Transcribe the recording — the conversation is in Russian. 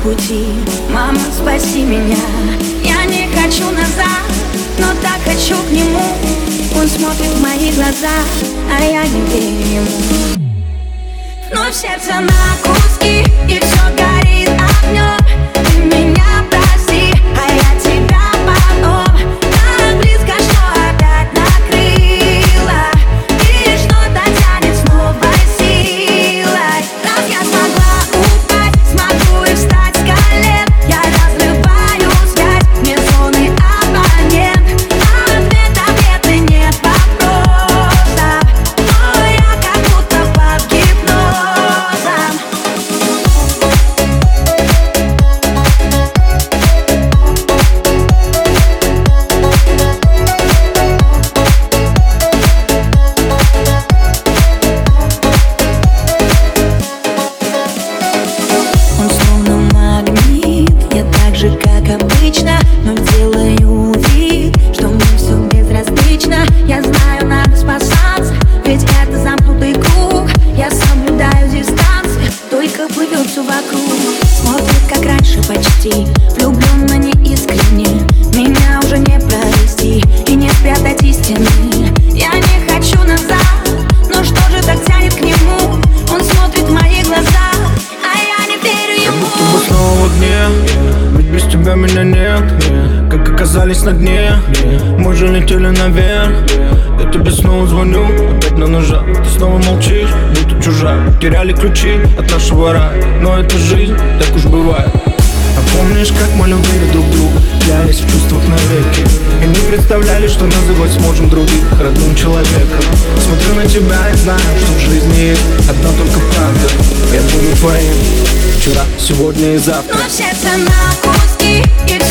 пути. Мама, спаси меня, я не хочу назад, но так хочу к нему. Он смотрит в мои глаза, а я не верю ему. Вновь сердце на куски, и все горит огнем. Ты меня прости, а я тебя потом. Так близко, что опять накрыло, и что-то тянет с новой силой. Раз я смогла упасть, смогу и встать с колен. Я разрываю связь, мне сонный абонент. Ответов нет и нет вопросов, но я как будто под гипнозом. Он словно магнит, я так же, как обычно, но делаю вид, что мне все безразлично. Я знаю, надо спасаться, ведь это замкнутый круг. Я соблюдаю дистанцию, только плывет все вокруг. Смотрит, как раньше почти, влюбленно, неискренне. Меня уже не провести и не спрятать истины. Я не хочу назад, но что же так тянет к нему? Он смотрит в мои глаза, а я не верю ему. Как будто бы снова в огне, ведь без тебя меня нет. Как оказались на дне, мы же летели наверх. Я тебе снова звоню, опять на ножах. Ты снова молчишь, будто чужая. Теряли ключи от нашего рая, но это жизнь, так уж бывает. А помнишь, как мы любили друг друга, клялись в чувствах навеки, и не представляли, что называть сможем других родным человеком. Смотрю на тебя и знаю, что в жизни есть одна только правда. Я буду твоим вчера, сегодня и завтра. Но сердце на куски, и